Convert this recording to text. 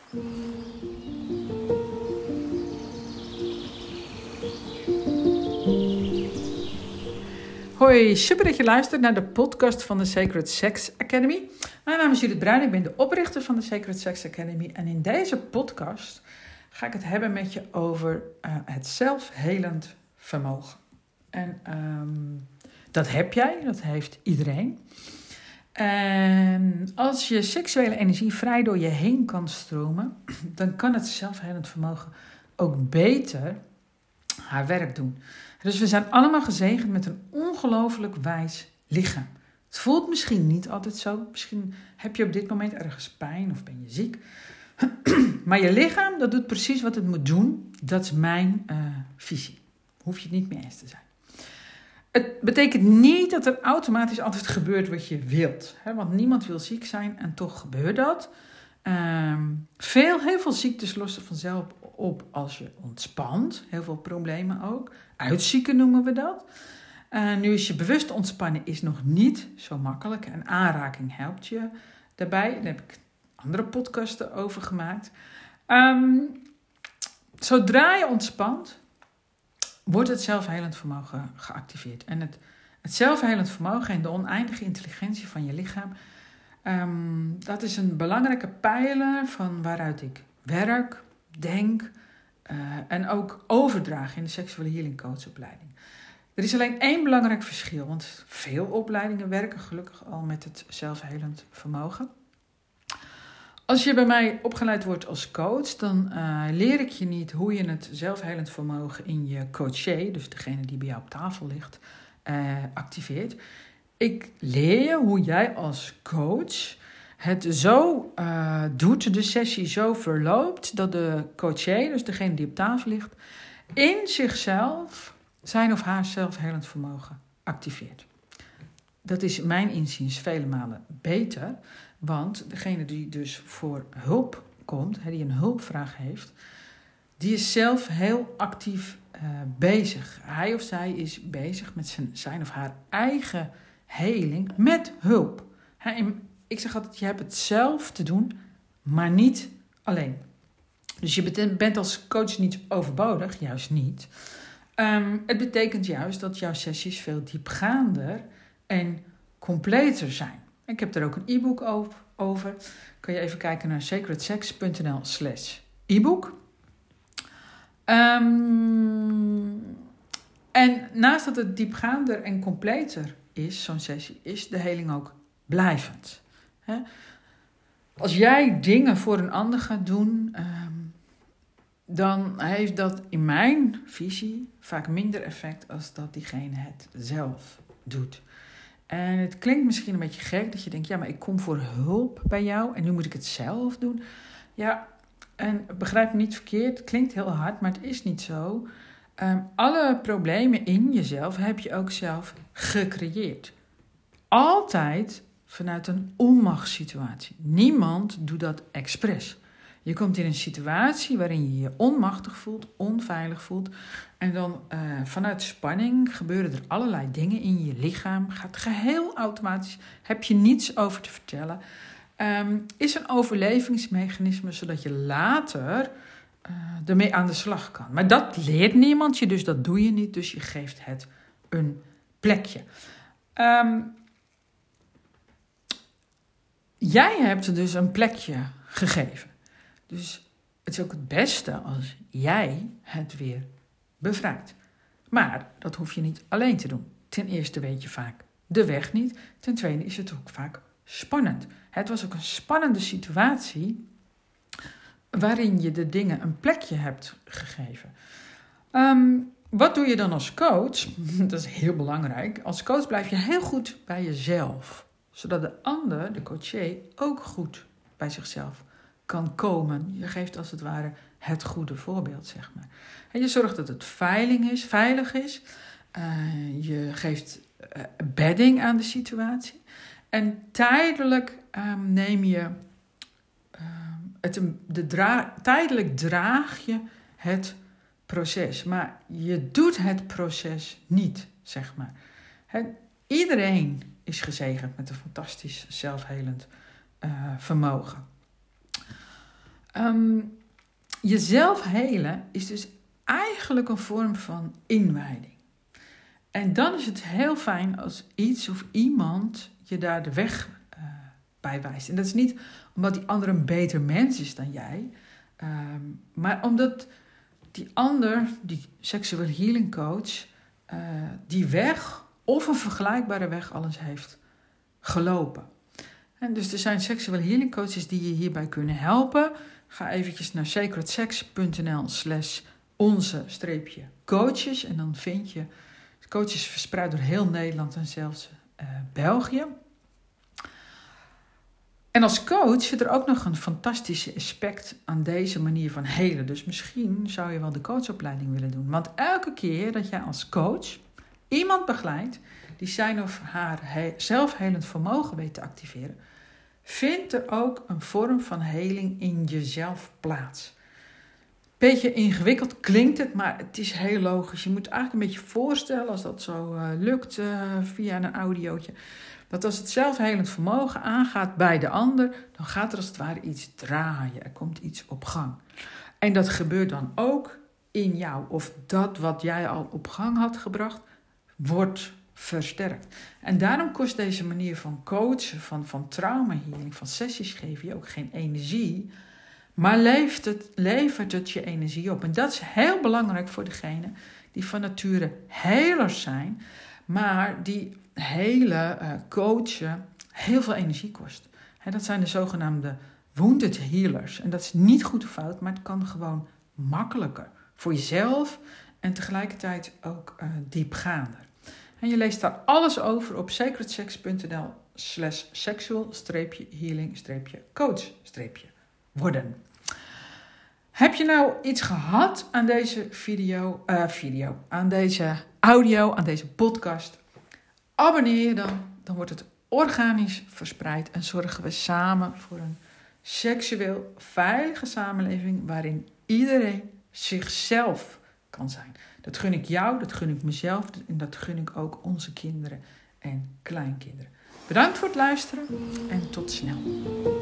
Hoi, super dat je luistert naar de podcast van de Sacred Sex Academy. Mijn naam is Judith Bruin, ik ben de oprichter van de Sacred Sex Academy. En in deze podcast ga ik het hebben met je over het zelfhelend vermogen. En dat heb jij, dat heeft iedereen. En als je seksuele energie vrij door je heen kan stromen, dan kan het zelfhelend vermogen ook beter haar werk doen. Dus we zijn allemaal gezegend met een ongelooflijk wijs lichaam. Het voelt misschien niet altijd zo. Misschien heb je op dit moment ergens pijn of ben je ziek. Maar je lichaam, dat doet precies wat het moet doen. Dat is mijn visie. Hoef je het niet mee eens te zijn. Het betekent niet dat er automatisch altijd gebeurt wat je wilt. Want niemand wil ziek zijn en toch gebeurt dat. Heel veel ziektes lossen vanzelf op als je ontspant. Heel veel problemen ook. Uitzieken noemen we dat. Nu is je bewust ontspannen is nog niet zo makkelijk. En aanraking helpt je daarbij. Daar heb ik andere podcasten over gemaakt. Zodra je ontspant, wordt het zelfhelend vermogen geactiveerd. En het zelfhelend vermogen en de oneindige intelligentie van je lichaam, dat is een belangrijke pijler van waaruit ik werk, denk en ook overdraag in de seksuele healing coachopleiding. Er is alleen één belangrijk verschil, want veel opleidingen werken gelukkig al met het zelfhelend vermogen. Als je bij mij opgeleid wordt als coach, dan leer ik je niet hoe je het zelfhelend vermogen in je coaché, dus degene die bij jou op tafel ligt, activeert. Ik leer je hoe jij als coach het zo doet, de sessie zo verloopt, dat de coaché, dus degene die op tafel ligt, in zichzelf zijn of haar zelfhelend vermogen activeert. Dat is mijn inziens vele malen beter, want degene die dus voor hulp komt, die een hulpvraag heeft, die is zelf heel actief bezig. Hij of zij is bezig met zijn of haar eigen heling met hulp. Ik zeg altijd, je hebt het zelf te doen, maar niet alleen. Dus je bent als coach niet overbodig, juist niet. Het betekent juist dat jouw sessies veel diepgaander en completer zijn. Ik heb er ook een e-book over. Kun je even kijken naar sacredsex.nl/e-book. En naast dat het diepgaander en completer is, zo'n sessie, is de heling ook blijvend. Als jij dingen voor een ander gaat doen, dan heeft dat in mijn visie vaak minder effect als dat diegene het zelf doet. En het klinkt misschien een beetje gek dat je denkt, ja, maar ik kom voor hulp bij jou en nu moet ik het zelf doen. Ja, en begrijp me niet verkeerd, het klinkt heel hard, maar het is niet zo. Alle problemen in jezelf heb je ook zelf gecreëerd. Altijd vanuit een onmachtssituatie. Niemand doet dat expres. Je komt in een situatie waarin je je onmachtig voelt, onveilig voelt. En dan vanuit spanning gebeuren er allerlei dingen in je lichaam. Gaat geheel automatisch, heb je niets over te vertellen. Is een overlevingsmechanisme zodat je later ermee aan de slag kan. Maar dat leert niemand je, dus dat doe je niet. Dus je geeft het een plekje. Jij hebt dus een plekje gegeven. Dus het is ook het beste als jij het weer bevrijdt. Maar dat hoef je niet alleen te doen. Ten eerste weet je vaak de weg niet. Ten tweede is het ook vaak spannend. Het was ook een spannende situatie waarin je de dingen een plekje hebt gegeven. Wat doe je dan als coach? Dat is heel belangrijk. Als coach blijf je heel goed bij jezelf. Zodat de ander, de coachee, ook goed bij zichzelf kan komen. Je geeft als het ware het goede voorbeeld, zeg maar. En je zorgt dat het veilig is. Je geeft bedding aan de situatie. En tijdelijk neem je tijdelijk draag je het proces. Maar je doet het proces niet, zeg maar. Iedereen is gezegend met een fantastisch zelfhelend vermogen. Jezelf helen is dus eigenlijk een vorm van inwijding. En dan is het heel fijn als iets of iemand je daar de weg bij wijst. En dat is niet omdat die ander een beter mens is dan jij, maar omdat die ander, die sexual healing coach, die weg of een vergelijkbare weg al eens heeft gelopen. En dus er zijn sexual healing coaches die je hierbij kunnen helpen. Ga eventjes naar sacredsex.nl/onze-coaches en dan vind je coaches verspreid door heel Nederland en zelfs België. En als coach zit er ook nog een fantastische aspect aan deze manier van helen. Dus misschien zou je wel de coachopleiding willen doen. Want elke keer dat jij als coach iemand begeleidt die zijn of haar zelfhelend vermogen weet te activeren, vindt er ook een vorm van heling in jezelf plaats. Beetje ingewikkeld klinkt het, maar het is heel logisch. Je moet eigenlijk een beetje voorstellen, als dat zo lukt via een audiootje, dat als het zelfhelend vermogen aangaat bij de ander, dan gaat er als het ware iets draaien. Er komt iets op gang. En dat gebeurt dan ook in jou. Of dat wat jij al op gang had gebracht, wordt versterkt. En daarom kost deze manier van coachen, van trauma-healing, van sessies geven je ook geen energie, maar levert het je energie op. En dat is heel belangrijk voor degenen die van nature helers zijn, maar die hele coachen heel veel energie kost. Dat zijn de zogenaamde wounded healers. En dat is niet goed of fout, maar het kan gewoon makkelijker voor jezelf en tegelijkertijd ook diepgaander. En je leest daar alles over op sacredsex.nl/sexual-healing-coach-worden. Heb je nou iets gehad aan deze aan deze audio, aan deze podcast? Abonneer je dan wordt het organisch verspreid en zorgen we samen voor een seksueel veilige samenleving waarin iedereen zichzelf kan zijn. Dat gun ik jou, dat gun ik mezelf en dat gun ik ook onze kinderen en kleinkinderen. Bedankt voor het luisteren en tot snel.